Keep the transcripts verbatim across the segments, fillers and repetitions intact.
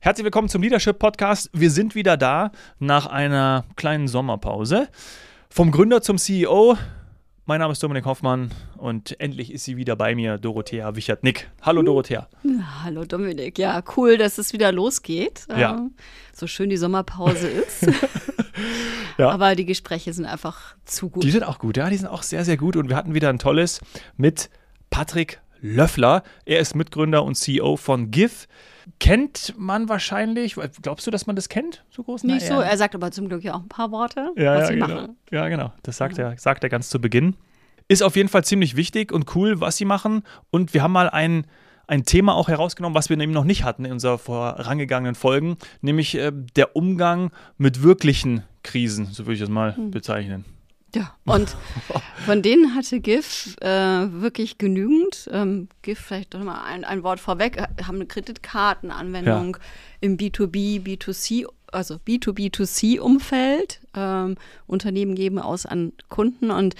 Herzlich willkommen zum Leadership Podcast. Wir sind wieder da nach einer kleinen Sommerpause. Vom Gründer zum C E O. Mein Name ist Dominik Hoffmann und endlich ist sie wieder bei mir, Dorothea Wichert-Nick. Hallo Dorothea. Ja, hallo Dominik. Ja, cool, dass es wieder losgeht. Ja. Ähm, so schön die Sommerpause ist. Ja. Aber die Gespräche sind einfach zu gut. Die sind auch gut, ja, die sind auch sehr, sehr gut. Und wir hatten wieder ein tolles mit Patrick Löffler. Er ist Mitgründer und C E O von GIF. Kennt man wahrscheinlich, glaubst du, dass man das kennt? So groß? Nicht so, er sagt aber zum Glück ja auch ein paar Worte, ja, was ja, sie genau. machen. Ja, genau. Das sagt, Ja. er, sagt er ganz zu Beginn. Ist auf jeden Fall ziemlich wichtig und cool, was sie machen. Und wir haben mal ein, ein Thema auch herausgenommen, was wir eben noch nicht hatten in unseren vorangegangenen Folgen, nämlich äh, der Umgang mit wirklichen Krisen, so würde ich es mal hm. bezeichnen. Ja, und von denen hatte GIF äh, wirklich genügend. Ähm, GIF, vielleicht doch mal ein, ein Wort vorweg, haben eine Kreditkartenanwendung ja. im B zwei B, B zwei C, also B zwei B zwei C-Umfeld. Ähm, Unternehmen geben aus an Kunden und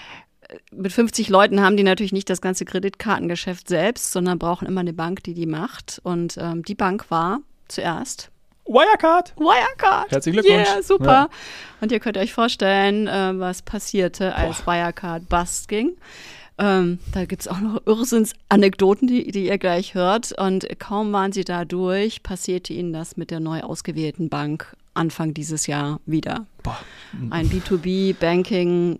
mit fünfzig Leuten haben die natürlich nicht das ganze Kreditkartengeschäft selbst, sondern brauchen immer eine Bank, die die macht. Und ähm, die Bank war zuerst Wirecard. Wirecard. Herzlichen Glückwunsch. Yeah, super. Ja. Und ihr könnt euch vorstellen, äh, was passierte, als Boah. Wirecard bust ging. Ähm, da gibt es auch noch Irrsinns-Anekdoten, die, die ihr gleich hört. Und kaum waren sie da durch, passierte ihnen das mit der neu ausgewählten Bank Anfang dieses Jahr wieder. Boah. Ein B zwei B-Banking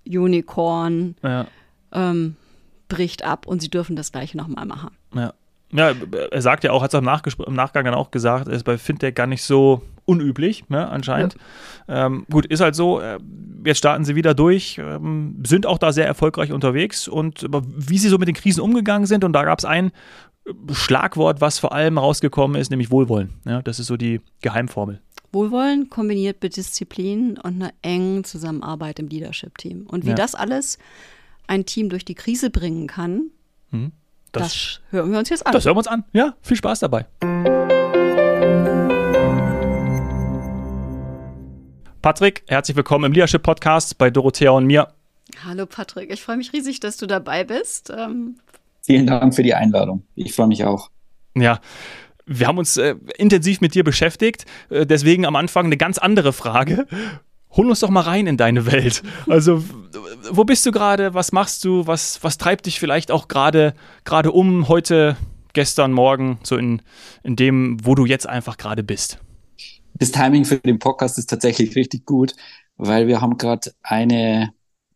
Unicorn ja. ähm, bricht ab und sie dürfen das Gleiche nochmal machen. Ja. Ja, er sagt ja auch, hat es im, Nachgespr- im Nachgang dann auch gesagt, er ist bei Fintech gar nicht so unüblich, ne, anscheinend. Ja. Ähm, gut, ist halt so, äh, jetzt starten sie wieder durch, ähm, sind auch da sehr erfolgreich unterwegs und aber wie sie so mit den Krisen umgegangen sind, und da gab es ein Schlagwort, was vor allem rausgekommen ist, nämlich Wohlwollen. Ja, das ist so die Geheimformel. Wohlwollen kombiniert mit Disziplin und einer engen Zusammenarbeit im Leadership-Team. Und wie ja. das alles ein Team durch die Krise bringen kann, hm. Das, das hören wir uns jetzt an. Das hören wir uns an. Ja, viel Spaß dabei. Patrick, herzlich willkommen im Leadership Podcast bei Dorothea und mir. Hallo Patrick, ich freue mich riesig, dass du dabei bist. Ähm Vielen Dank für die Einladung. Ich freue mich auch. Ja, wir haben uns äh, intensiv mit dir beschäftigt. Äh, deswegen am Anfang eine ganz andere Frage. Hol uns doch mal rein in deine Welt. Also, wo bist du gerade? Was machst du? Was, was treibt dich vielleicht auch gerade gerade um heute, gestern, morgen, so in, in dem, wo du jetzt einfach gerade bist? Das Timing für den Podcast ist tatsächlich richtig gut, weil wir haben gerade eine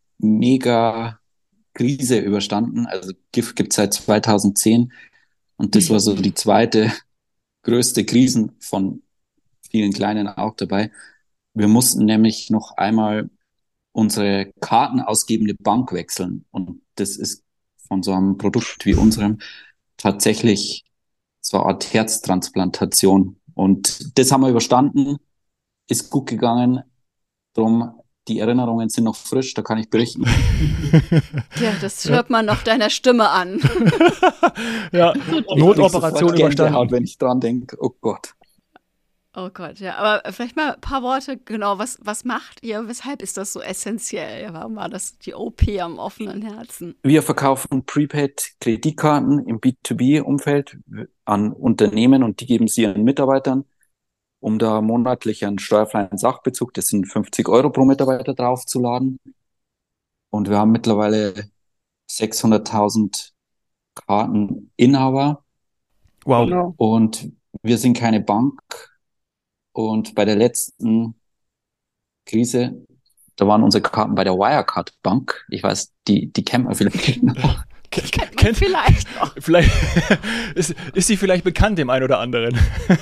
mega Krise überstanden. Also GIF gibt es seit zweitausendzehn und das war so die zweite größte Krisen von vielen kleinen auch dabei. Wir mussten nämlich noch einmal unsere kartenausgebende Bank wechseln. Und das ist von so einem Produkt wie unserem tatsächlich so eine Art Herztransplantation. Und das haben wir überstanden, ist gut gegangen. Drum, die Erinnerungen sind noch frisch, da kann ich berichten. Ja, das hört man noch deiner Stimme an. Ja, Notoperation überstanden. Wenn ich dran denke, oh Gott. Oh Gott, ja, aber vielleicht mal ein paar Worte, genau, was, was macht ihr, weshalb ist das so essentiell? Ja, warum war das die O P am offenen Herzen? Wir verkaufen Prepaid-Kreditkarten im B zwei B-Umfeld an Unternehmen und die geben sie ihren Mitarbeitern, um da monatlich einen steuerfreien Sachbezug, das sind fünfzig Euro pro Mitarbeiter, draufzuladen. Und wir haben mittlerweile sechshunderttausend Karteninhaber. Wow. Und wir sind keine Bank. Und bei der letzten Krise, da waren unsere Karten bei der Wirecard Bank. Ich weiß, die, die kennt man vielleicht noch. Kennt man vielleicht noch. Vielleicht ist, ist sie vielleicht bekannt dem einen oder anderen.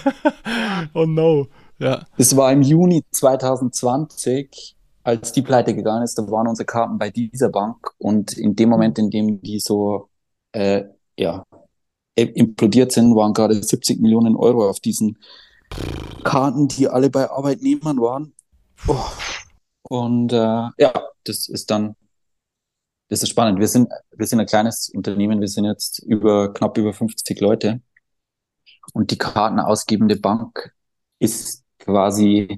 Oh no. Ja. Das war im Juni zweitausendzwanzig, als die pleite gegangen ist, da waren unsere Karten bei dieser Bank. Und in dem Moment, in dem die so äh, ja, implodiert sind, waren gerade siebzig Millionen Euro auf diesen Karten, die alle bei Arbeitnehmern waren. Oh. Und äh, ja, das ist dann, das ist spannend. Wir sind, wir sind ein kleines Unternehmen, wir sind jetzt über knapp über fünfzig Leute. Und die kartenausgebende Bank ist quasi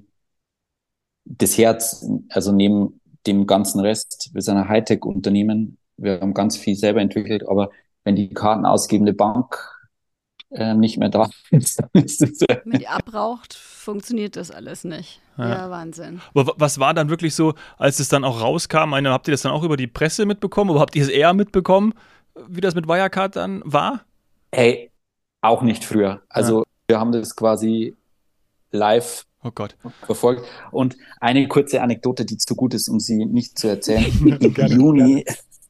das Herz, also neben dem ganzen Rest. Wir sind ein Hightech-Unternehmen, wir haben ganz viel selber entwickelt, aber wenn die kartenausgebende Bank äh, nicht mehr da ist, dann ist es, äh, Wenn die abraucht, funktioniert das alles nicht. Ja. Ja, Wahnsinn. Aber wa- was war dann wirklich so, als es dann auch rauskam? Meine, habt ihr das dann auch über die Presse mitbekommen oder habt ihr es eher mitbekommen, wie das mit Wirecard dann war? hey, auch nicht früher. Ja. Also wir haben das quasi live Oh Gott. verfolgt. Und eine kurze Anekdote, die zu gut ist, um sie nicht zu erzählen. Im Gerne, Juni,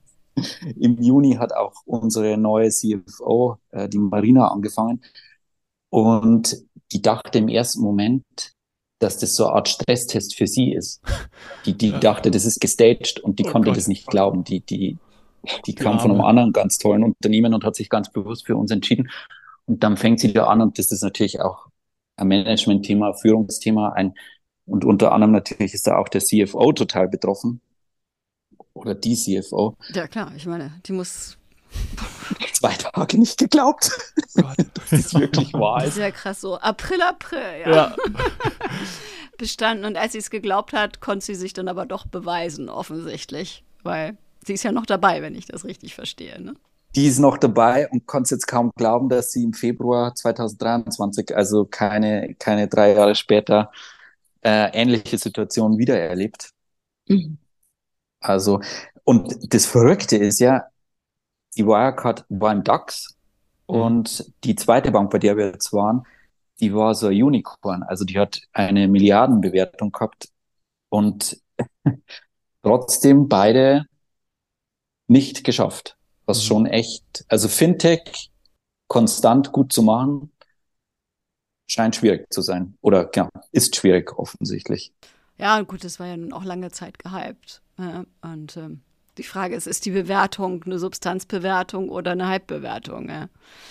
im Juni hat auch unsere neue C F O, äh, die Marina, angefangen. Und die dachte im ersten Moment, dass das so eine Art Stresstest für sie ist. Die, die dachte, das ist gestaged und die Oh konnte Gott. das nicht glauben. Die, die, die Die kam von einem Arme. anderen ganz tollen Unternehmen und hat sich ganz bewusst für uns entschieden. Und dann fängt sie da an und das ist natürlich auch ein Management-Thema, Führungsthema, ein, und unter anderem natürlich ist da auch der C F O total betroffen oder die C F O. Ja, klar, ich meine, die muss. Zwei Tage nicht geglaubt, Oh Gott. dass es wirklich wahr Das ist. ist ja krass so. April, April, ja. Ja. Bestanden. Und als sie es geglaubt hat, konnte sie sich dann aber doch beweisen, offensichtlich. Weil sie ist ja noch dabei, wenn ich das richtig verstehe. Ne? Die ist noch dabei und konnte jetzt kaum glauben, dass sie im Februar zwanzig dreiundzwanzig, also keine, keine drei Jahre später, äh, ähnliche Situationen wieder erlebt. Mhm. Also, und das Verrückte ist ja, die Wirecard war im DAX Mhm. und die zweite Bank, bei der wir jetzt waren, die war so ein Unicorn. Also die hat eine Milliardenbewertung gehabt und trotzdem beide nicht geschafft. Was Mhm. schon echt, also Fintech konstant gut zu machen, scheint schwierig zu sein. Oder ja, ist schwierig offensichtlich. Ja, gut, das war ja nun auch lange Zeit gehypt. Ja, und ähm, die Frage ist, ist die Bewertung eine Substanzbewertung oder eine Hype-Bewertung? Ja.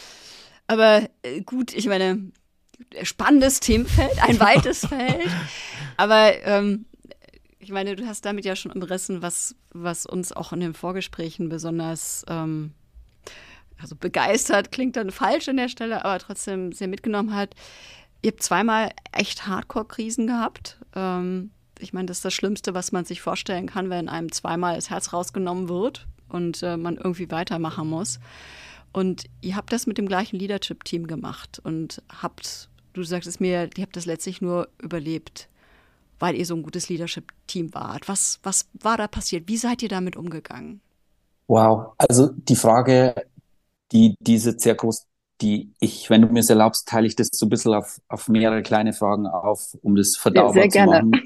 Aber äh, gut, ich meine, spannendes Themenfeld, ein weites Feld. Aber ähm, ich meine, du hast damit ja schon umrissen, was, was uns auch in den Vorgesprächen besonders ähm, also begeistert, klingt dann falsch an der Stelle, aber trotzdem sehr mitgenommen hat. Ihr habt zweimal echt Hardcore-Krisen gehabt. Ähm, ich meine, das ist das Schlimmste, was man sich vorstellen kann, wenn einem zweimal das Herz rausgenommen wird und äh, man irgendwie weitermachen muss. Und ihr habt das mit dem gleichen Leadership-Team gemacht und habt, du sagtest mir, ihr habt das letztlich nur überlebt, weil ihr so ein gutes Leadership-Team wart. Was, was war da passiert? Wie seid ihr damit umgegangen? Wow. Also die Frage, die, die ist jetzt sehr groß, die ich, wenn du mir es erlaubst, teile ich das so ein bisschen auf, auf mehrere kleine Fragen auf, um das verdaubar sehr zu gerne. machen.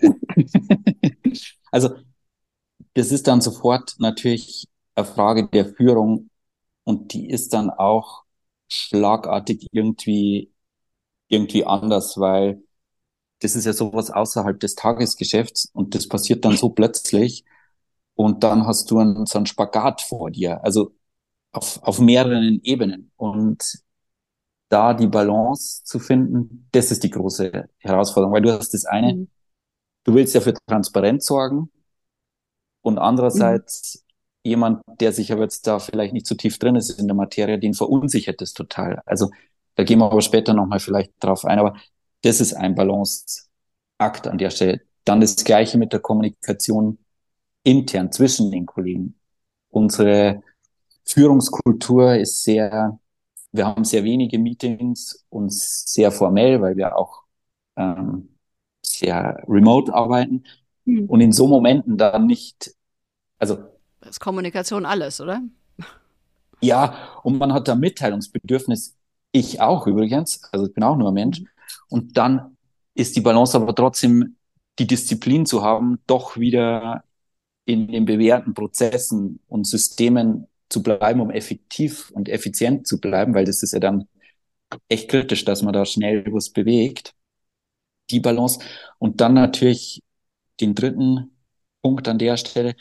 Also das ist dann sofort natürlich eine Frage der Führung und die ist dann auch schlagartig irgendwie, irgendwie anders, weil das ist ja sowas außerhalb des Tagesgeschäfts und das passiert dann so plötzlich und dann hast du einen, so einen Spagat vor dir, also auf, auf mehreren Ebenen und da die Balance zu finden, das ist die große Herausforderung, weil du hast das eine, Mhm. du willst ja für Transparenz sorgen und Mhm. andererseits jemand, der sich aber jetzt da vielleicht nicht so tief drin ist in der Materie, den verunsichert es total. Also da gehen wir aber später nochmal vielleicht drauf ein, aber das ist ein Balanceakt an der Stelle. Dann das Gleiche mit der Kommunikation intern zwischen den Kollegen. Unsere Führungskultur ist sehr, wir haben sehr wenige Meetings und sehr formell, weil wir auch ähm, sehr remote arbeiten. Mhm. Und in so Momenten dann nicht, also Das ist Kommunikation alles, oder? ja, und man hat da Mitteilungsbedürfnis, ich auch übrigens, also ich bin auch nur ein Mensch. Mhm. Und dann ist die Balance aber trotzdem die Disziplin zu haben, doch wieder in den bewährten Prozessen und Systemen zu bleiben, um effektiv und effizient zu bleiben, weil das ist ja dann echt kritisch, dass man da schnell was bewegt, die Balance. Und dann natürlich den dritten Punkt an der Stelle,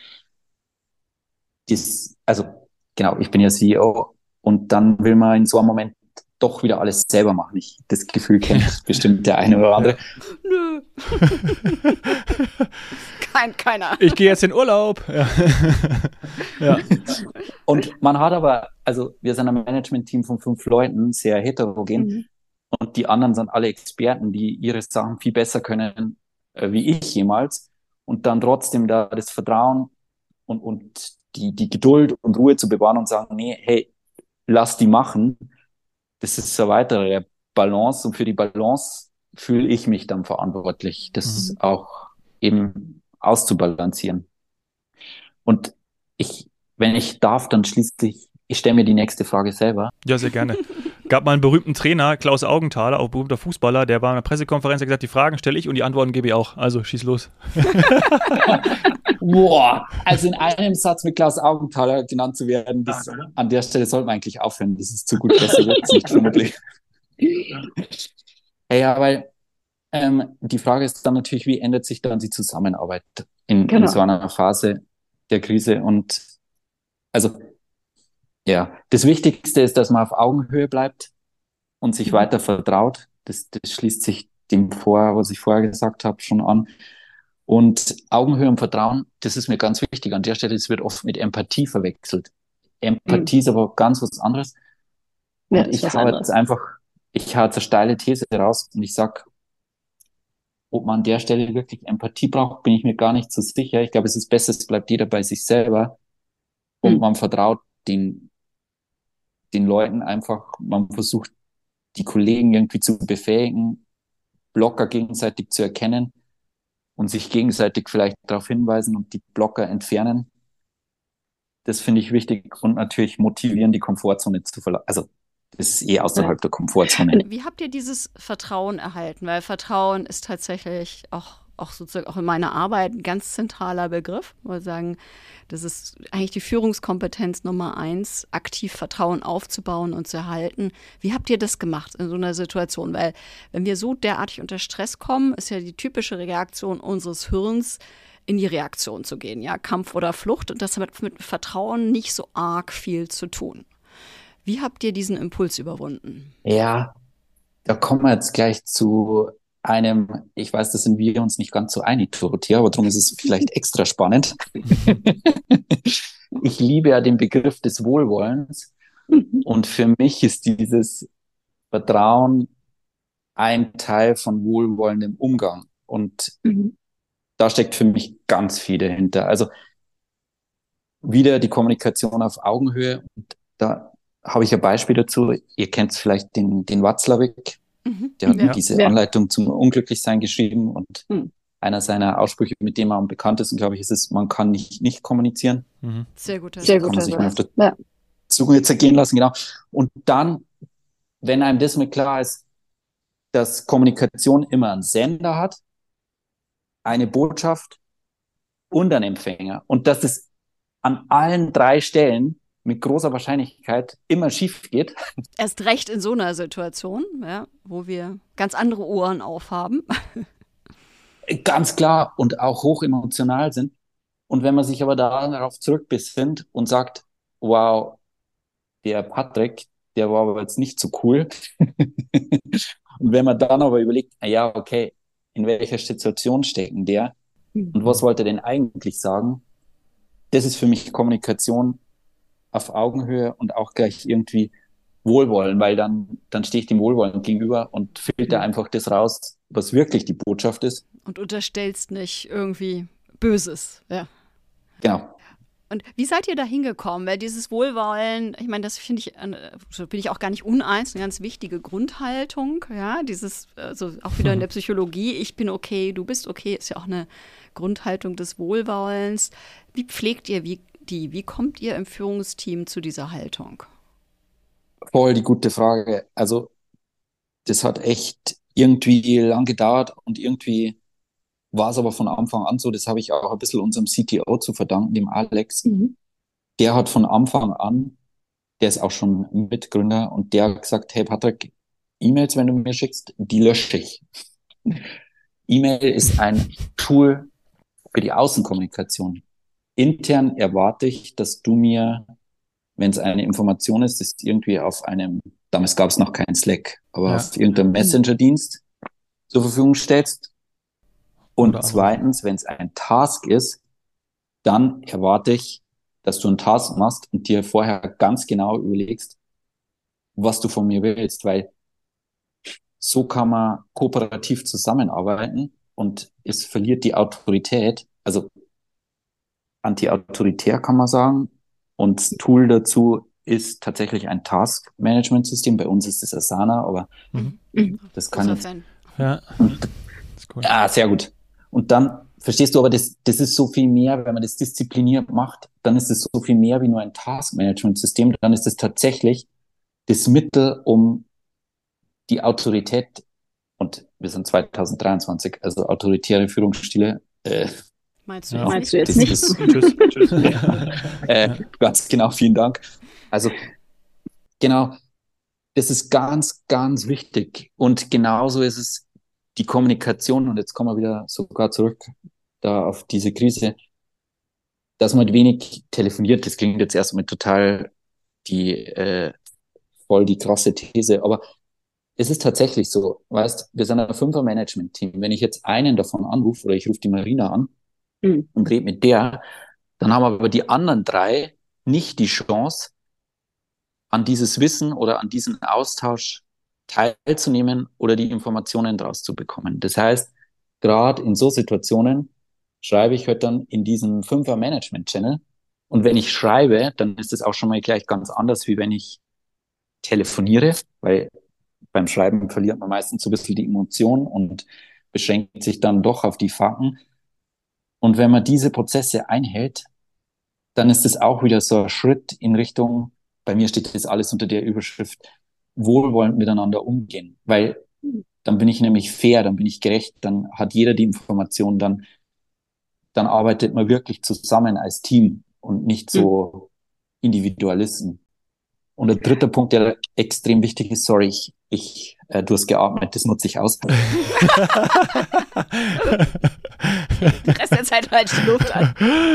das, also genau, ich bin ja C E O und dann will man in so einem Moment doch wieder alles selber machen. Ich, das Gefühl kennt bestimmt der eine oder andere. Nö. Kein, keiner. Ich gehe jetzt in Urlaub. Ja. Ja. Und man hat aber, also wir sind ein Management-Team von fünf Leuten, sehr heterogen. Mhm. Und die anderen sind alle Experten, die ihre Sachen viel besser können, äh, wie ich jemals. Und dann trotzdem da das Vertrauen und, und die, die Geduld und Ruhe zu bewahren und sagen, nee, hey, lass die machen. das ist so weitere Balance und für die Balance fühle ich mich dann verantwortlich, das Mhm. auch eben auszubalancieren. Und ich, wenn ich darf, dann schließlich, ich stelle mir die nächste Frage selber. Ja, sehr gerne. Gab mal einen berühmten Trainer, Klaus Augenthaler, auch berühmter Fußballer, der war in einer Pressekonferenz, der gesagt, die Fragen stelle ich und die Antworten gebe ich auch. Also schieß los. Boah, also in einem Satz mit Klaus Augenthaler genannt zu werden, das, an der Stelle sollte man eigentlich aufhören. Das ist zu gut, besser wird's nicht, vermutlich. Hey, ja, weil ähm, die Frage ist dann natürlich, wie ändert sich dann die Zusammenarbeit in, Genau. in so einer Phase der Krise? Und also, ja, das Wichtigste ist, dass man auf Augenhöhe bleibt und sich Mhm. weiter vertraut. Das, das schließt sich dem vor, was ich vorher gesagt habe, schon an. Und Augenhöhe und Vertrauen, das ist mir ganz wichtig. An der Stelle, das wird oft mit Empathie verwechselt. Empathie Mhm. ist aber ganz was anderes. Ja, Und ist ich was habe jetzt anderes. einfach, ich habe jetzt eine steile These raus und ich sag, ob man an der Stelle wirklich Empathie braucht, bin ich mir gar nicht so sicher. Ich glaube, es ist besser, es bleibt jeder bei sich selber und Mhm. man vertraut den, den Leuten einfach, man versucht, die Kollegen irgendwie zu befähigen, Blocker gegenseitig zu erkennen und sich gegenseitig vielleicht darauf hinweisen und die Blocker entfernen. Das finde ich wichtig und natürlich motivieren, die Komfortzone zu verlassen. Also, das ist eh Ja. außerhalb der Komfortzone. Wie habt ihr dieses Vertrauen erhalten? Weil Vertrauen ist tatsächlich auch, auch sozusagen auch in meiner Arbeit ein ganz zentraler Begriff. Ich würde sagen, das ist eigentlich die Führungskompetenz Nummer eins, aktiv Vertrauen aufzubauen und zu erhalten. Wie habt ihr das gemacht in so einer Situation? Weil wenn wir so derartig unter Stress kommen, ist ja die typische Reaktion unseres Hirns, in die Reaktion zu gehen, ja, Kampf oder Flucht. Und das hat mit Vertrauen nicht so arg viel zu tun. Wie habt ihr diesen Impuls überwunden? Ja, da kommen wir jetzt gleich zu einem, ich weiß, da sind wir uns nicht ganz so einig, Dorothea, aber darum ist es vielleicht extra spannend. Ich liebe ja den Begriff des Wohlwollens Mhm. und für mich ist dieses Vertrauen ein Teil von wohlwollendem Umgang und Mhm. da steckt für mich ganz viel dahinter. Also wieder die Kommunikation auf Augenhöhe und da habe ich ein Beispiel dazu. Ihr kennt vielleicht den, den Watzlawick, Mhm. der hat Ja. diese Ja. Anleitung zum Unglücklichsein geschrieben und Mhm. einer seiner Aussprüche, mit dem er am bekannt ist, und glaube ich, ist es, man kann nicht nicht kommunizieren. Mhm. Sehr guter Sehr Satz. kann man sich mal auf der Ja. Zunge jetzt ergehen lassen, genau. Und dann, wenn einem das mit klar ist, dass Kommunikation immer einen Sender hat, eine Botschaft und einen Empfänger und dass es an allen drei Stellen mit großer Wahrscheinlichkeit immer schief geht. Erst recht in so einer Situation, ja, wo wir ganz andere Ohren aufhaben. Ganz klar und auch hoch emotional sind. Und wenn man sich aber darauf zurückbesinnt und sagt, wow, der Patrick, der war aber jetzt nicht so cool. Und wenn man dann aber überlegt, na ja, okay, in welcher Situation stecken der und was wollte er denn eigentlich sagen? Das ist für mich Kommunikation auf Augenhöhe und auch gleich irgendwie Wohlwollen, weil dann, dann stehe ich dem Wohlwollen gegenüber und filter einfach das raus, was wirklich die Botschaft ist. Und unterstellst nicht irgendwie Böses, ja. Genau. Und wie seid ihr da hingekommen? Weil dieses Wohlwollen, ich meine, das finde ich, so bin ich auch gar nicht uneins, eine ganz wichtige Grundhaltung, ja, dieses, also auch wieder in der Psychologie, ich bin okay, du bist okay, ist ja auch eine Grundhaltung des Wohlwollens. Wie pflegt ihr wie die? Wie kommt ihr im Führungsteam zu dieser Haltung? Voll die gute Frage. Also, das hat echt irgendwie lang gedauert und irgendwie war es aber von Anfang an so, das habe ich auch ein bisschen unserem C T O zu verdanken, dem Alex. Mhm. Der hat von Anfang an, der ist auch schon Mitgründer und der hat gesagt, hey Patrick, E-Mails, wenn du mir schickst, die lösche ich. E-Mail ist ein Tool für die Außenkommunikation. Intern erwarte ich, dass du mir, wenn es eine Information ist, das irgendwie auf einem, damals gab es noch keinen Slack, aber Ja. auf irgendeinem Messenger-Dienst zur Verfügung stellst. Und Oder zweitens, wenn es ein Task ist, dann erwarte ich, dass du einen Task machst und dir vorher ganz genau überlegst, was du von mir willst, weil so kann man kooperativ zusammenarbeiten und es verliert die Autorität, also anti-autoritär kann man sagen. Und das Tool dazu ist tatsächlich ein Task-Management-System. Bei uns ist es Asana, aber Mhm. das kann Großer jetzt. Fan. Ja, Und, das ist cool. ah, sehr gut. Und dann, verstehst du, aber das, das ist so viel mehr, wenn man das diszipliniert macht, dann ist es so viel mehr wie nur ein Task-Management-System. Dann ist es tatsächlich das Mittel, um die Autorität, und wir sind zwanzig dreiundzwanzig, also autoritäre Führungsstile, äh, Meinst du Ja. jetzt Meinst nicht? du jetzt das nicht? ist, Tschüss. Tschüss. äh, ganz genau, vielen Dank. Also genau, das ist ganz, ganz wichtig. Und genauso ist es die Kommunikation, und jetzt kommen wir wieder sogar zurück da auf diese Krise, dass man wenig telefoniert. Das klingt jetzt erstmal total die, äh, voll die krasse These, aber es ist tatsächlich so, weißt, wir sind ein Fünfer-Management-Team. Wenn ich jetzt einen davon anrufe oder ich rufe die Marina an Mhm. und rede mit der, dann haben aber die anderen drei nicht die Chance, an dieses Wissen oder an diesen Austausch teilzunehmen oder die Informationen daraus zu bekommen. Das heißt, gerade in so Situationen schreibe ich halt dann in diesem Fünfer-Management-Channel. Und wenn ich schreibe, dann ist es auch schon mal gleich ganz anders, wie wenn ich telefoniere, weil beim Schreiben verliert man meistens so ein bisschen die Emotion und beschränkt sich dann doch auf die Fakten. Und wenn man diese Prozesse einhält, dann ist es auch wieder so ein Schritt in Richtung, bei mir steht das alles unter der Überschrift, wohlwollend miteinander umgehen. Weil dann bin ich nämlich fair, dann bin ich gerecht, dann hat jeder die Information, dann, dann arbeitet man wirklich zusammen als Team und nicht so Individualisten. Und der dritte Punkt, der extrem wichtig ist, sorry, ich, ich äh, du hast geatmet, das nutze ich aus. Den Rest der Zeit halt die Luft an.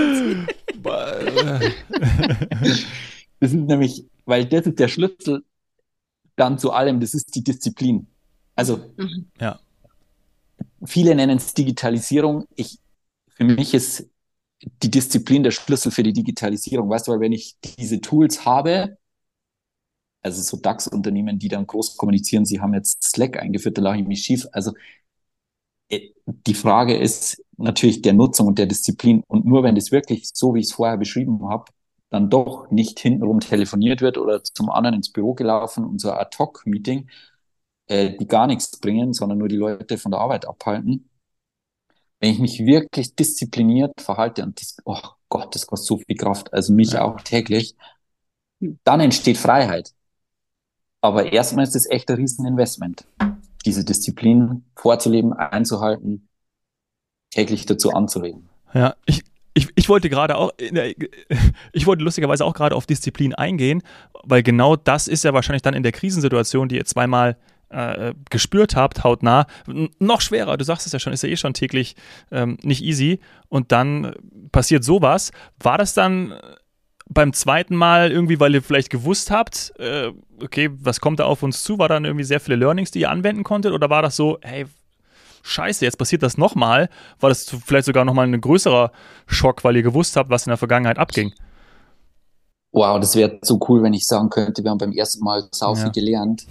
Das ist nämlich, weil das ist der Schlüssel dann zu allem, das ist die Disziplin. Also Ja. viele nennen es Digitalisierung. Ich, für mich ist die Disziplin der Schlüssel für die Digitalisierung. Weißt du, weil wenn ich diese Tools habe, also so DAX-Unternehmen, die dann groß kommunizieren, sie haben jetzt Slack eingeführt, da lache ich mich schief. Also äh, die Frage ist natürlich der Nutzung und der Disziplin. Und nur wenn das wirklich so, wie ich es vorher beschrieben habe, dann doch nicht hintenrum telefoniert wird oder zum anderen ins Büro gelaufen und so ein Ad-Hoc-Meeting, äh, die gar nichts bringen, sondern nur die Leute von der Arbeit abhalten. Wenn ich mich wirklich diszipliniert verhalte, und das, oh Gott, das kostet so viel Kraft, also mich Ja. auch täglich, dann entsteht Freiheit. Aber erstmal ist es echt ein Rieseninvestment, diese Disziplin vorzuleben, einzuhalten, täglich dazu anzuregen. Ja, ich, ich, ich wollte gerade auch, in der, ich wollte lustigerweise auch gerade auf Disziplin eingehen, weil genau das ist ja wahrscheinlich dann in der Krisensituation, die ihr zweimal äh, gespürt habt, hautnah, n- noch schwerer. Du sagst es ja schon, ist ja eh schon täglich ähm, nicht easy. Und dann passiert sowas. War das dann beim zweiten Mal irgendwie, weil ihr vielleicht gewusst habt, äh, okay, was kommt da auf uns zu? War dann irgendwie sehr viele Learnings, die ihr anwenden konntet? Oder war das so, hey, Scheiße, jetzt passiert das nochmal? War das vielleicht sogar nochmal ein größerer Schock, weil ihr gewusst habt, was in der Vergangenheit abging? Wow, das wäre so cool, wenn ich sagen könnte, wir haben beim ersten Mal sau viel Ja. gelernt.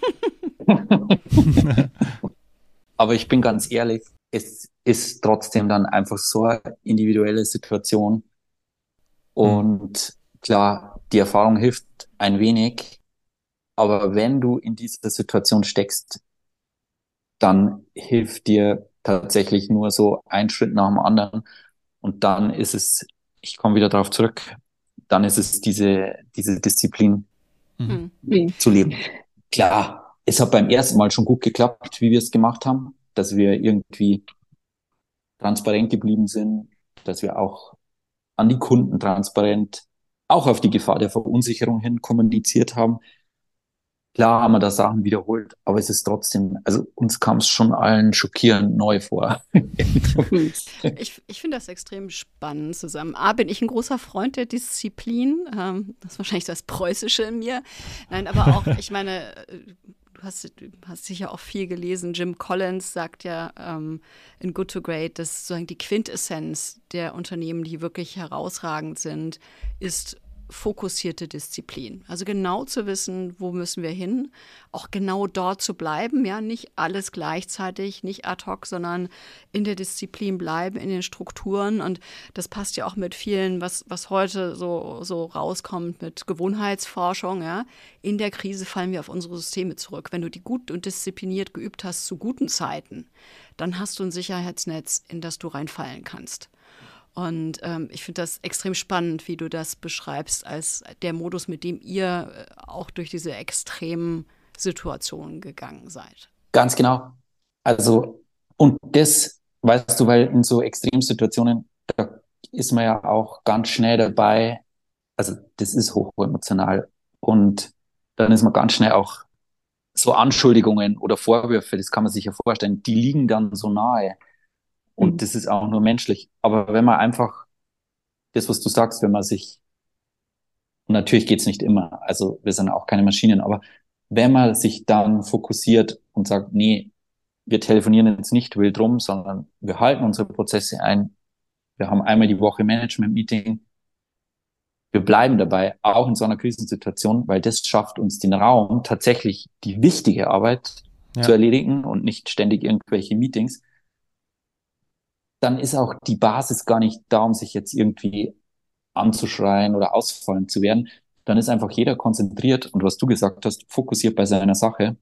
Aber ich bin ganz ehrlich, es ist trotzdem dann einfach so eine individuelle Situation. Und klar, die Erfahrung hilft ein wenig. Aber wenn du in dieser Situation steckst, dann hilft dir tatsächlich nur so ein Schritt nach dem anderen. Und dann ist es, ich komme wieder darauf zurück, dann ist es diese, diese Disziplin Hm. Mhm. zu leben. Klar, es hat beim ersten Mal schon gut geklappt, wie wir es gemacht haben, dass wir irgendwie transparent geblieben sind, dass wir auch an die Kunden transparent, auch auf die Gefahr der Verunsicherung hin kommuniziert haben. Klar haben wir da Sachen wiederholt, aber es ist trotzdem, also uns kam es schon allen schockierend neu vor. Ich, ich finde das extrem spannend zusammen. A, bin ich ein großer Freund der Disziplin. Ähm, das ist wahrscheinlich das Preußische in mir. Nein, aber auch, ich meine, du hast, du hast sicher auch viel gelesen. Jim Collins sagt ja ähm, in Good to Great, dass sozusagen die Quintessenz der Unternehmen, die wirklich herausragend sind, ist fokussierte Disziplin. Also genau zu wissen, wo müssen wir hin, auch genau dort zu bleiben, ja, nicht alles gleichzeitig, nicht ad hoc, sondern in der Disziplin bleiben, in den Strukturen. Und das passt ja auch mit vielen, was, was heute so, so rauskommt mit Gewohnheitsforschung, ja. In der Krise fallen wir auf unsere Systeme zurück. Wenn du die gut und diszipliniert geübt hast zu guten Zeiten, dann hast du ein Sicherheitsnetz, in das du reinfallen kannst. Und ähm, ich finde das extrem spannend, wie du das beschreibst, als der Modus, mit dem ihr äh, auch durch diese extremen Situationen gegangen seid. Ganz genau. Also, und das, weißt du, weil in so Extremsituationen, da ist man ja auch ganz schnell dabei, also das ist hochemotional. Und dann ist man ganz schnell auch so Anschuldigungen oder Vorwürfe, das kann man sich ja vorstellen, die liegen dann so nahe. Und das ist auch nur menschlich. Aber wenn man einfach, das, was du sagst, wenn man sich, und natürlich geht's nicht immer, also wir sind auch keine Maschinen, aber wenn man sich dann fokussiert und sagt, nee, wir telefonieren jetzt nicht wild rum, sondern wir halten unsere Prozesse ein, wir haben einmal die Woche Management-Meeting, wir bleiben dabei, auch in so einer Krisensituation, weil das schafft uns den Raum, tatsächlich die wichtige Arbeit ja. zu erledigen und nicht ständig irgendwelche Meetings. Dann ist auch die Basis gar nicht da, um sich jetzt irgendwie anzuschreien oder ausfallen zu werden. Dann ist einfach jeder konzentriert und was du gesagt hast, fokussiert bei seiner Sache.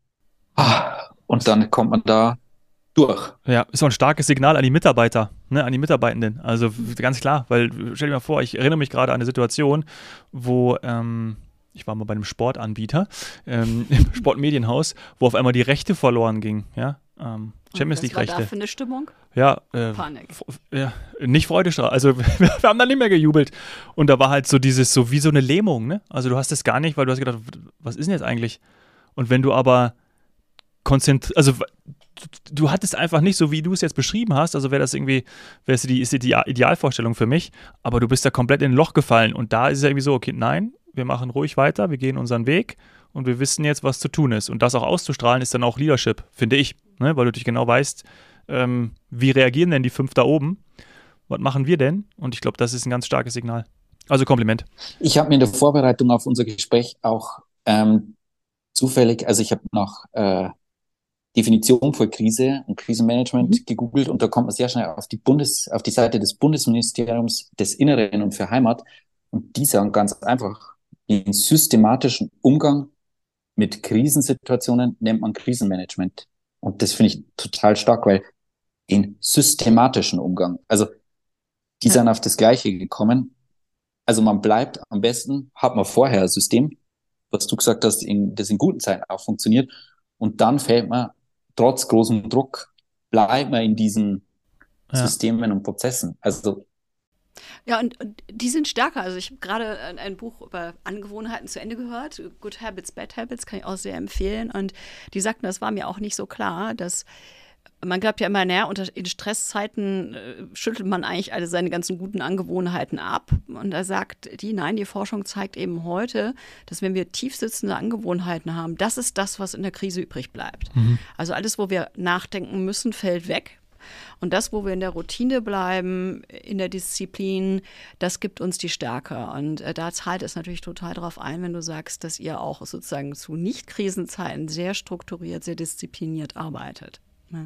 Und dann kommt man da durch. Ja, ist auch ein starkes Signal an die Mitarbeiter, ne, an die Mitarbeitenden. Also ganz klar, weil stell dir mal vor, ich erinnere mich gerade an eine Situation, wo ähm, ich war mal bei einem Sportanbieter, ähm, im Sportmedienhaus, wo auf einmal die Rechte verloren ging, ja. Ähm, Champions League Rechte. Was war da für eine Stimmung? Ja, äh, Panik. F- ja, nicht Freudestrahl. Also wir, wir haben dann nicht mehr gejubelt. Und da war halt so dieses, so wie so eine Lähmung, ne? Also du hast es gar nicht, weil du hast gedacht, was ist denn jetzt eigentlich? Und wenn du aber konzentrierst, also du, du hattest einfach nicht, so wie du es jetzt beschrieben hast, also wäre das irgendwie, wäre es die, ist die Idealvorstellung für mich, aber du bist da komplett in ein Loch gefallen. Und da ist es irgendwie so, okay, nein, wir machen ruhig weiter, wir gehen unseren Weg und wir wissen jetzt, was zu tun ist. Und das auch auszustrahlen, ist dann auch Leadership, finde ich, ne? Weil du dich genau weißt, ähm, wie reagieren denn die fünf da oben? Was machen wir denn? Und ich glaube, das ist ein ganz starkes Signal. Also Kompliment. Ich habe mir in der Vorbereitung auf unser Gespräch auch ähm, zufällig, also ich habe nach äh, Definition für Krise und Krisenmanagement mhm. gegoogelt und da kommt man sehr schnell auf die Bundes, auf die Seite des Bundesministeriums des Inneren und für Heimat und die sagen ganz einfach, den systematischen Umgang mit Krisensituationen nennt man Krisenmanagement. Und das finde ich total stark, weil den systematischen Umgang, also die sind auf das Gleiche gekommen. Also man bleibt am besten, hat man vorher ein System, was du gesagt hast, in, das in guten Zeiten auch funktioniert. Und dann fällt man, trotz großem Druck, bleibt man in diesen ja. Systemen und Prozessen. Also ja, und, und die sind stärker. Also ich habe gerade ein, ein Buch über Angewohnheiten zu Ende gehört. Good Habits, Bad Habits, kann ich auch sehr empfehlen. Und die sagten, das war mir auch nicht so klar, dass man glaubt ja immer, naja, unter, in Stresszeiten äh, schüttelt man eigentlich alle seine ganzen guten Angewohnheiten ab. Und da sagt die, nein, die Forschung zeigt eben heute, dass wenn wir tiefsitzende Angewohnheiten haben, das ist das, was in der Krise übrig bleibt. Mhm. Also alles, wo wir nachdenken müssen, fällt weg. Und das, wo wir in der Routine bleiben, in der Disziplin, das gibt uns die Stärke. Und äh, da zahlt es natürlich total darauf ein, wenn du sagst, dass ihr auch sozusagen zu Nicht-Krisenzeiten sehr strukturiert, sehr diszipliniert arbeitet. Ja.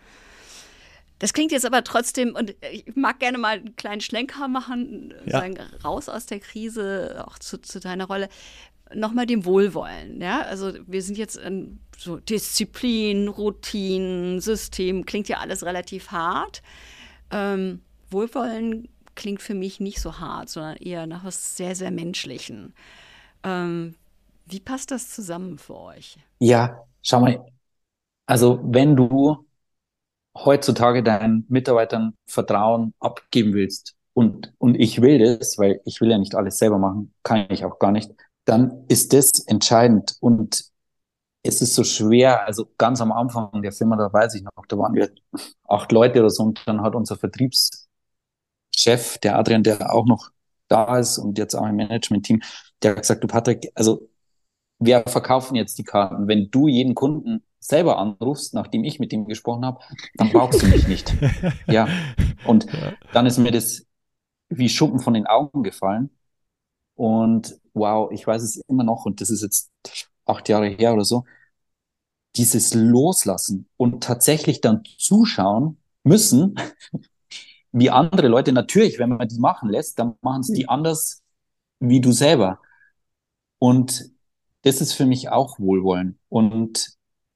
Das klingt jetzt aber trotzdem, und ich mag gerne mal einen kleinen Schlenker machen, ja. sagen, raus aus der Krise, auch zu, zu deiner Rolle, nochmal dem Wohlwollen. Ja? Also wir sind jetzt in so Disziplin, Routinen, System, klingt ja alles relativ hart. Ähm, Wohlwollen klingt für mich nicht so hart, sondern eher nach was sehr, sehr Menschlichen. Ähm, wie passt das zusammen für euch? Ja, schau mal, also wenn du heutzutage deinen Mitarbeitern Vertrauen abgeben willst und, und ich will das, weil ich will ja nicht alles selber machen, kann ich auch gar nicht, dann ist das entscheidend und es ist so schwer, also ganz am Anfang der Firma, da weiß ich noch, da waren wir acht Leute oder so und dann hat unser Vertriebschef, der Adrian, der auch noch da ist und jetzt auch im Management-Team, der hat gesagt, du Patrick, also wir verkaufen jetzt die Karten. Wenn du jeden Kunden selber anrufst, nachdem ich mit ihm gesprochen habe, dann brauchst du mich nicht. Ja. Und dann ist mir das wie Schuppen von den Augen gefallen. Und wow, ich weiß es immer noch, und das ist jetzt acht Jahre her oder so, dieses Loslassen und tatsächlich dann zuschauen müssen, wie andere Leute, natürlich, wenn man die machen lässt, dann machen es die anders wie du selber. Und das ist für mich auch Wohlwollen. Und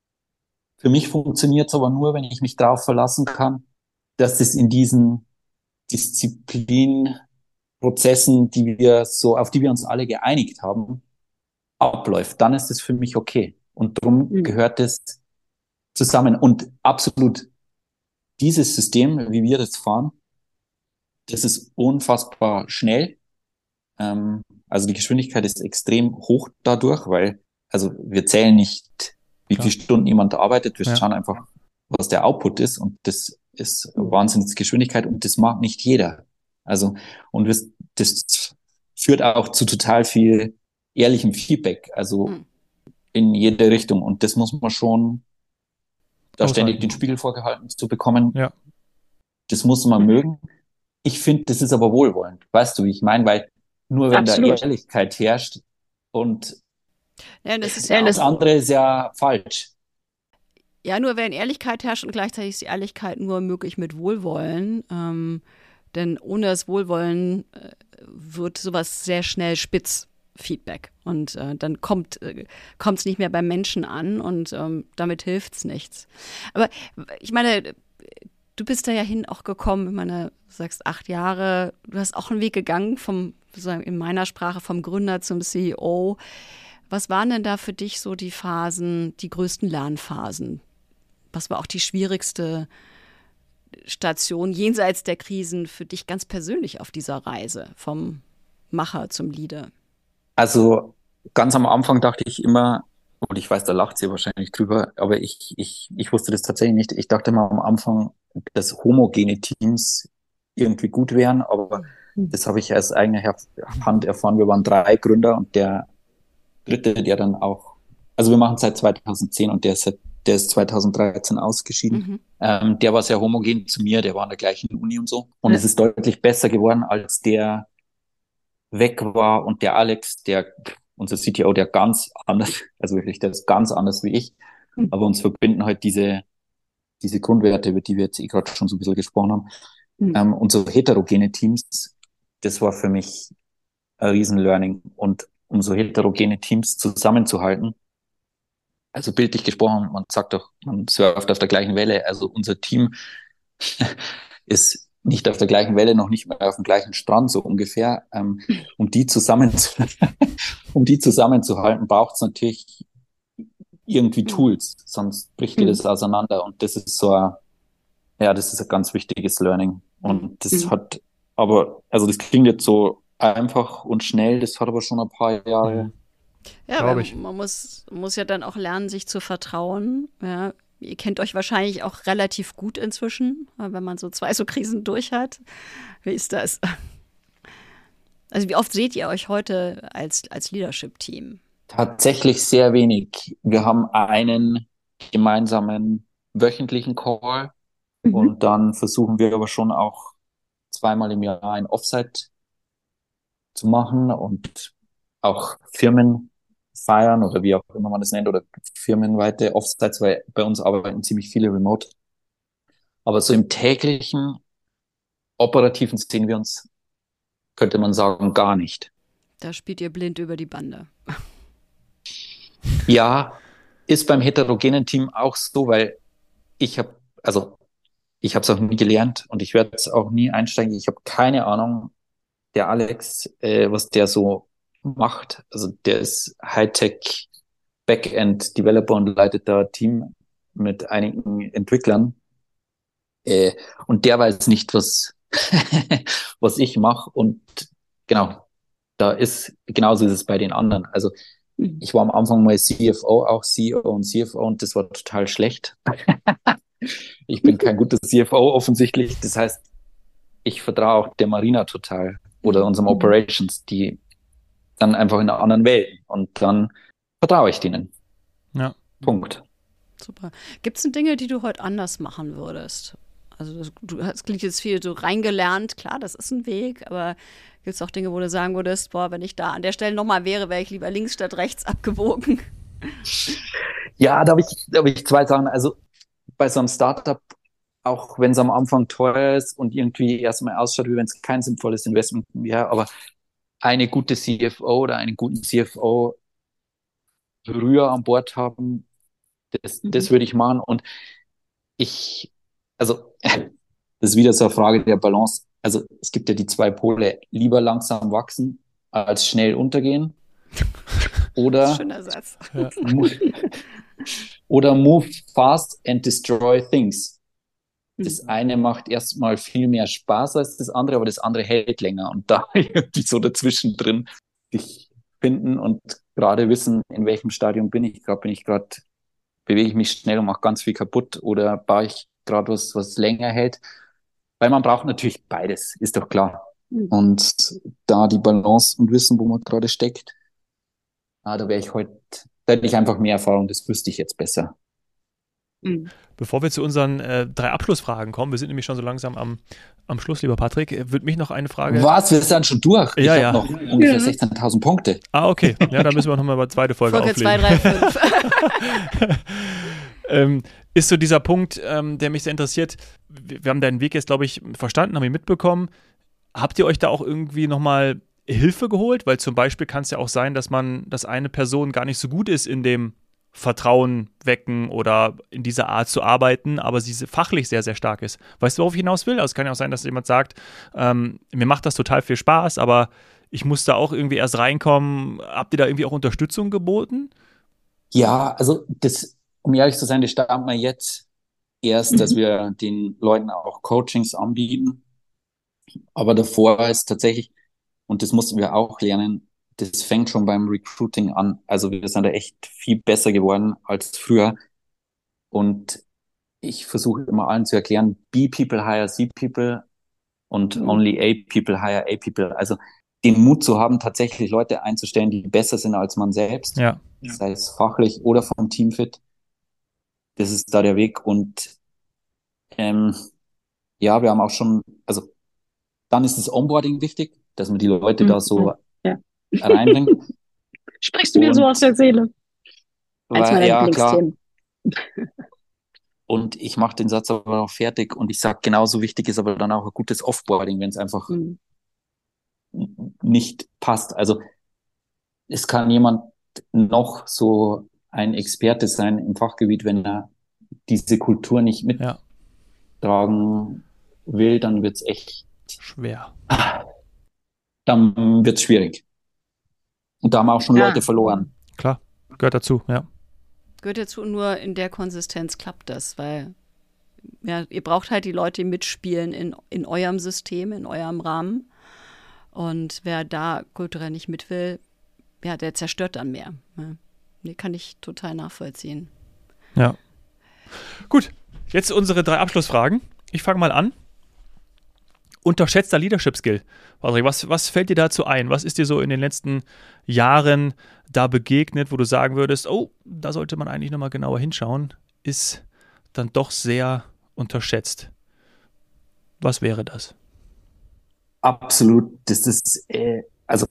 für mich funktioniert es aber nur, wenn ich mich darauf verlassen kann, dass das in diesen Disziplinprozessen, die wir so, auf die wir uns alle geeinigt haben, abläuft. Dann ist es für mich okay. Und darum mhm. gehört es zusammen. Und absolut dieses System, wie wir das fahren, das ist unfassbar schnell. Ähm, also die Geschwindigkeit ist extrem hoch dadurch, weil, also wir zählen nicht, wie Klar. viele Stunden jemand arbeitet. Wir ja. schauen einfach, was der Output ist. Und das ist Wahnsinnsgeschwindigkeit und das mag nicht jeder. Also, und das, das führt auch zu total viel ehrlichem Feedback. Also mhm. in jede Richtung. Und das muss man schon da ständig den Spiegel vorgehalten zu bekommen. Ja. Das muss man mögen. Ich finde, das ist aber wohlwollend. Weißt du, wie ich meine? Weil nur wenn Absolut. da Ehrlichkeit herrscht und ja, das, ist ja das andere ist ja falsch. Ja, nur wenn Ehrlichkeit herrscht und gleichzeitig ist die Ehrlichkeit nur möglich mit Wohlwollen. Ähm, denn ohne das Wohlwollen äh, wird sowas sehr schnell spitz. Feedback. Und äh, dann kommt äh, es nicht mehr beim Menschen an und ähm, damit hilft es nichts. Aber ich meine, du bist da ja hin auch gekommen, ich meine, du sagst acht Jahre, du hast auch einen Weg gegangen, vom, in meiner Sprache, vom Gründer zum C E O. Was waren denn da für dich so die Phasen, die größten Lernphasen? Was war auch die schwierigste Station jenseits der Krisen für dich ganz persönlich auf dieser Reise vom Macher zum Leader? Also ganz am Anfang dachte ich immer, und ich weiß, da lacht sie wahrscheinlich drüber, aber ich, ich, ich wusste das tatsächlich nicht. Ich dachte immer am Anfang, dass homogene Teams irgendwie gut wären, aber das habe ich aus eigener Hand erfahren. Wir waren drei Gründer und der dritte, der dann auch, also wir machen seit zweitausendzehn und der ist, der ist zweitausenddreizehn ausgeschieden. Mhm. Ähm, der war sehr homogen zu mir, der war an der gleichen Uni und so. Und ja. es ist deutlich besser geworden, als der weg war und der Alex, der, unser C T O, der ganz anders, also wirklich, der ist ganz anders wie ich, mhm. aber uns verbinden halt diese, diese Grundwerte, über die wir jetzt eh gerade schon so ein bisschen gesprochen haben. Mhm. Ähm, und so heterogene Teams, das war für mich ein Riesen-Learning. Und um so heterogene Teams zusammenzuhalten, also bildlich gesprochen, man sagt doch, man surft auf der gleichen Welle, also unser Team ist nicht auf der gleichen Welle, noch nicht mehr auf dem gleichen Strand, so ungefähr. Ähm, um die zusammen, um die zusammenzuhalten, braucht es natürlich irgendwie Tools, sonst bricht dir das auseinander. Und das ist so ein, ja, das ist ein ganz wichtiges Learning. Und das mhm. hat, aber, also das klingt jetzt so einfach und schnell, das hat aber schon ein paar Jahre. Ja, aber man muss, muss ja dann auch lernen, sich zu vertrauen, ja. Ihr kennt euch wahrscheinlich auch relativ gut inzwischen, wenn man so zwei so Krisen durch hat. Wie ist das? Also wie oft seht ihr euch heute als, als Leadership-Team? Tatsächlich sehr wenig. Wir haben einen gemeinsamen wöchentlichen Call mhm. und dann versuchen wir aber schon auch zweimal im Jahr ein Offsite zu machen und auch Firmen feiern oder wie auch immer man das nennt oder firmenweite Offsites, weil bei uns arbeiten ziemlich viele remote. Aber so im täglichen Operativen sehen wir uns, könnte man sagen, gar nicht. Da spielt ihr blind über die Bande. Ja, ist beim heterogenen Team auch so, weil ich habe, also ich habe es auch nie gelernt und ich werde es auch nie einsteigen. Ich habe keine Ahnung, der Alex, äh, was der so macht. Also der ist Hightech Backend Developer und leitet da ein Team mit einigen Entwicklern. Äh, und der weiß nicht, was, was ich mache. Und genau, da ist, genauso ist es bei den anderen. Also ich war am Anfang mal C F O, auch C E O und C F O und das war total schlecht. Ich bin kein guter C F O offensichtlich. Das heißt, ich vertraue auch der Marina total oder unserem Operations, die dann einfach in einer anderen Welt. Und dann vertraue ich denen. Ja. Punkt. Super. Gibt es denn Dinge, die du heute anders machen würdest? Also das, du hast klingt jetzt viel so reingelernt, klar, das ist ein Weg, aber Gibt es auch Dinge, wo du sagen würdest, boah, wenn ich da an der Stelle nochmal wäre, wäre ich lieber links statt rechts abgewogen? Ja, da habe ich, da hab ich zwei Sachen. Also bei so einem Startup, auch wenn es am Anfang teuer ist und irgendwie erstmal ausschaut, wie wenn es kein sinnvolles Investment wäre, aber eine gute C F O oder einen guten C F O früher an Bord haben, das, das würde ich machen. Und ich, also, das ist wieder so eine Frage der Balance. Also, es gibt ja die zwei Pole, lieber langsam wachsen als schnell untergehen. Oder, Schöner Satz. Ja. oder move fast and destroy things. Das eine macht erstmal viel mehr Spaß als das andere, aber das andere hält länger. Und da irgendwie so dazwischen drin sich finden und gerade wissen, in welchem Stadium bin ich gerade. Bin ich gerade, bewege ich mich schnell und mache ganz viel kaputt oder baue ich gerade was, was länger hält? Weil man braucht natürlich beides, ist doch klar. Mhm. Und da die Balance und wissen, wo man gerade steckt, ah, da wäre ich heute, da hätte ich einfach mehr Erfahrung, das wüsste ich jetzt besser. Bevor wir zu unseren äh, drei Abschlussfragen kommen, wir sind nämlich schon so langsam am, am Schluss, lieber Patrick, würde mich noch eine Frage... Was? Wir sind schon durch? Ich ja, habe ja. noch ungefähr sechzehntausend Punkte. Ah, okay. Ja, dann müssen wir nochmal eine zweite Folge, Folge auflegen. Folge zwei, drei, fünf. ähm, ist so dieser Punkt, ähm, der mich sehr interessiert. Wir haben deinen Weg jetzt, glaube ich, verstanden, haben ihn mitbekommen. Habt ihr euch da auch irgendwie nochmal Hilfe geholt? Weil zum Beispiel kann es ja auch sein, dass man, dass eine Person gar nicht so gut ist in dem Vertrauen wecken oder in dieser Art zu arbeiten, aber sie fachlich sehr, sehr stark ist. Weißt du, worauf ich hinaus will? Also es kann ja auch sein, dass jemand sagt, ähm, mir macht das total viel Spaß, aber ich muss da auch irgendwie erst reinkommen. Habt ihr da irgendwie auch Unterstützung geboten? Ja, also das, um ehrlich zu sein, das starten wir jetzt erst, dass wir den Leuten auch Coachings anbieten. Aber davor ist tatsächlich, und das mussten wir auch lernen, das fängt schon beim Recruiting an. Also wir sind da echt viel besser geworden als früher. Und ich versuche immer allen zu erklären, B people hire C people und mhm. only A people hire A people. Also den Mut zu haben, tatsächlich Leute einzustellen, die besser sind als man selbst. Ja. Sei es fachlich oder vom Teamfit. Das ist da der Weg. Und ähm, ja, wir haben auch schon, also dann ist das Onboarding wichtig, dass man die Leute mhm. da so ja. reinbringt. Sprichst du mir und, so aus der Seele? Als meine ja, klar. Und ich mache den Satz aber auch fertig und ich sage, genauso wichtig ist aber dann auch ein gutes Offboarding, wenn es einfach mhm. nicht passt. Also es kann jemand noch so ein Experte sein im Fachgebiet, wenn er diese Kultur nicht mittragen ja. will, dann wird's echt schwer. Dann wird's schwierig. Und da haben auch schon ja. Leute verloren. Klar, gehört dazu, ja. Gehört dazu, nur in der Konsistenz klappt das, weil ja, ihr braucht halt die Leute, die mitspielen in, in eurem System, in eurem Rahmen. Und wer da kulturell nicht mit will, ja, der zerstört dann mehr. Ja. Nee, kann ich total nachvollziehen. Ja. Gut, jetzt unsere drei Abschlussfragen. Ich fange mal an. Unterschätzter Leadership Skill. Patrick, was, was fällt dir dazu ein? Was ist dir so in den letzten Jahren da begegnet, wo du sagen würdest, oh, da sollte man eigentlich nochmal genauer hinschauen, ist dann doch sehr unterschätzt. Was wäre das? Absolut. Das ist, äh, also,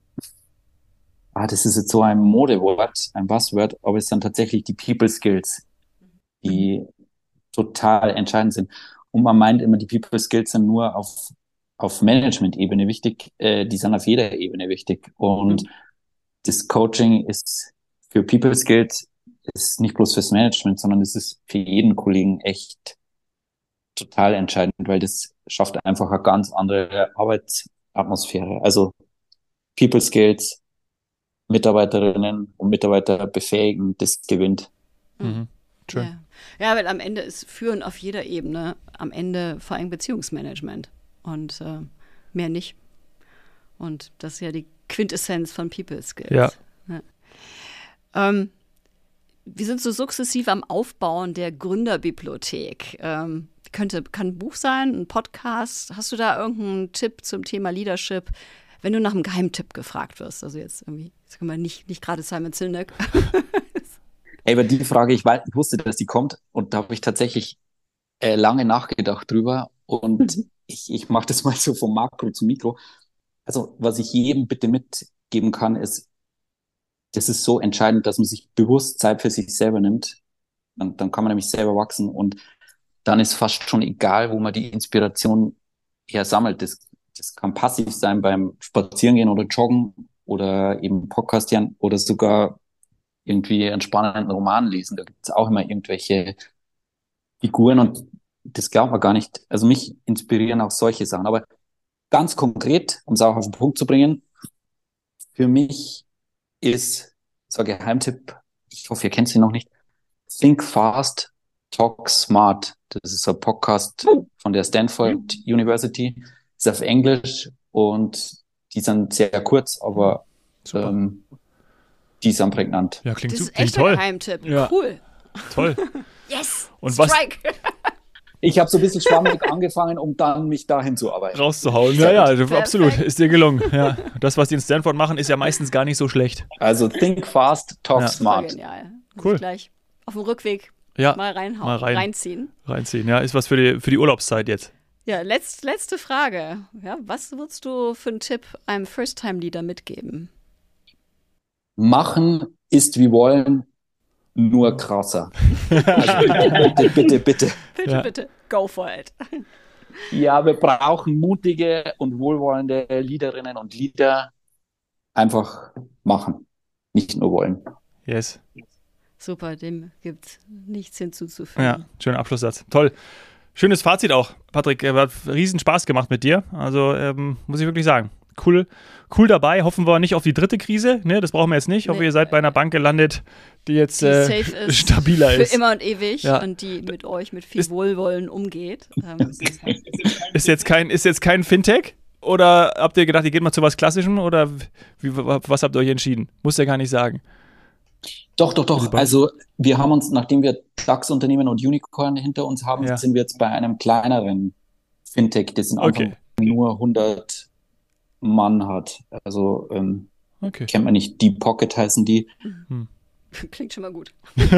ah, das ist jetzt so ein Modewort, ein Buzzword, aber es sind tatsächlich die People Skills, die total entscheidend sind. Und man meint immer, die People Skills sind nur auf, auf Management-Ebene wichtig. Äh, die sind auf jeder Ebene wichtig. Und mhm. das Coaching ist für People Skills ist nicht bloß fürs Management, sondern es ist für jeden Kollegen echt total entscheidend, weil das schafft einfach eine ganz andere Arbeitsatmosphäre. Also People Skills, Mitarbeiterinnen und Mitarbeiter befähigen, das gewinnt. Mhm. Schön. Ja. Ja, weil am Ende ist Führen auf jeder Ebene, am Ende vor allem Beziehungsmanagement und äh, mehr nicht. Und das ist ja die Quintessenz von People Skills. Ja. Ja. Ähm, wir sind so sukzessiv am Aufbauen der Gründerbibliothek. Ähm, könnte, kann ein Buch sein, ein Podcast. Hast du da irgendeinen Tipp zum Thema Leadership, wenn du nach einem Geheimtipp gefragt wirst? Also jetzt irgendwie, jetzt können wir nicht, nicht gerade Simon Sinek. Ey, aber die Frage, ich, weiß, ich wusste, dass die kommt und da habe ich tatsächlich äh, lange nachgedacht drüber und mhm. ich, ich mache das mal so vom Makro zum Mikro. Also was ich jedem bitte mitgeben kann, ist, das ist so entscheidend, dass man sich bewusst Zeit für sich selber nimmt. Dann, dann kann man nämlich selber wachsen und dann ist fast schon egal, wo man die Inspiration her sammelt. Das, das kann passiv sein beim Spazierengehen oder Joggen oder eben Podcast hören oder sogar irgendwie einen spannenden Roman lesen. Da gibt es auch immer irgendwelche Figuren und das glaubt man gar nicht. Also mich inspirieren auch solche Sachen. Aber ganz konkret, um es auch auf den Punkt zu bringen, für mich ist so ein Geheimtipp, ich hoffe, ihr kennt sie noch nicht, Think Fast, Talk Smart. Das ist so ein Podcast von der Stanford University. Ist auf Englisch und die sind sehr kurz, aber ähm, die sind prägnant. Ja, klingt, Das ist klingt echt toll. ein Geheimtipp. Ja. Cool. Toll. Yes. Und was- Strike. Ich habe so ein bisschen schwammig angefangen, um dann mich dahin zu arbeiten. Rauszuhauen. Ja, Sehr ja, gut. also absolut. Ist dir gelungen. Ja. Das, was die in Stanford machen, ist ja meistens gar nicht so schlecht. Also Think Fast, Talk Ja. Voll Smart. genial. Muss Cool. ich gleich auf dem Rückweg Ja, mal reinhauen, mal rein. reinziehen. reinziehen. Ja, ist was für die, für die Urlaubszeit jetzt. Ja, letzt, letzte Frage. Ja, was würdest du für einen Tipp einem First-Time-Leader mitgeben? Machen ist wie wollen, nur krasser. Also bitte, bitte, bitte. Bitte, Ja. bitte, go for it. Ja, wir brauchen mutige und wohlwollende Leaderinnen und Leader. Einfach machen, nicht nur wollen. Yes. Super, dem gibt nichts hinzuzufügen. Ja, schöner Abschlusssatz. Toll. Schönes Fazit auch, Patrick. Er hat riesen Spaß gemacht mit dir. Also ähm, muss ich wirklich sagen. Cool, cool dabei. Hoffen wir nicht auf die dritte Krise. Ne, das brauchen wir jetzt nicht. Ich hoffe, Nee. ihr seid bei einer Bank gelandet, die jetzt Die äh, safe ist, stabiler für ist. immer und ewig Ja. und die mit euch mit viel Ist- Wohlwollen umgeht. Ähm, Ist jetzt kein, ist jetzt kein Fintech? Oder habt ihr gedacht, ihr geht mal zu was Klassischem? Oder wie, was habt ihr euch entschieden? Muss ja gar nicht sagen. Doch, doch, doch. Super. Also wir haben uns, nachdem wir DAX-Unternehmen und Unicorn hinter uns haben, Ja. sind wir jetzt bei einem kleineren Fintech, das in Anfang Okay. nur hundert Mann hat. Also ähm, Okay. kennt man nicht, Deep Pocket heißen die. klingt schon mal gut.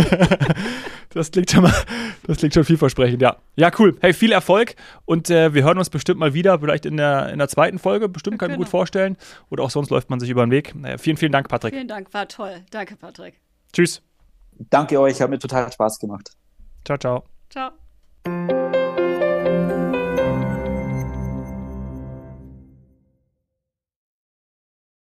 Das klingt schon mal, das klingt schon vielversprechend, ja. Ja, cool. Hey, viel Erfolg und äh, wir hören uns bestimmt mal wieder, vielleicht in der, in der zweiten Folge. Bestimmt, kann ich mir Genau. gut vorstellen. Oder auch sonst läuft man sich über den Weg. Naja, vielen, vielen Dank, Patrick. Vielen Dank, war toll. Danke, Patrick. Tschüss. Danke euch, hat mir total Spaß gemacht. Ciao, ciao. Ciao.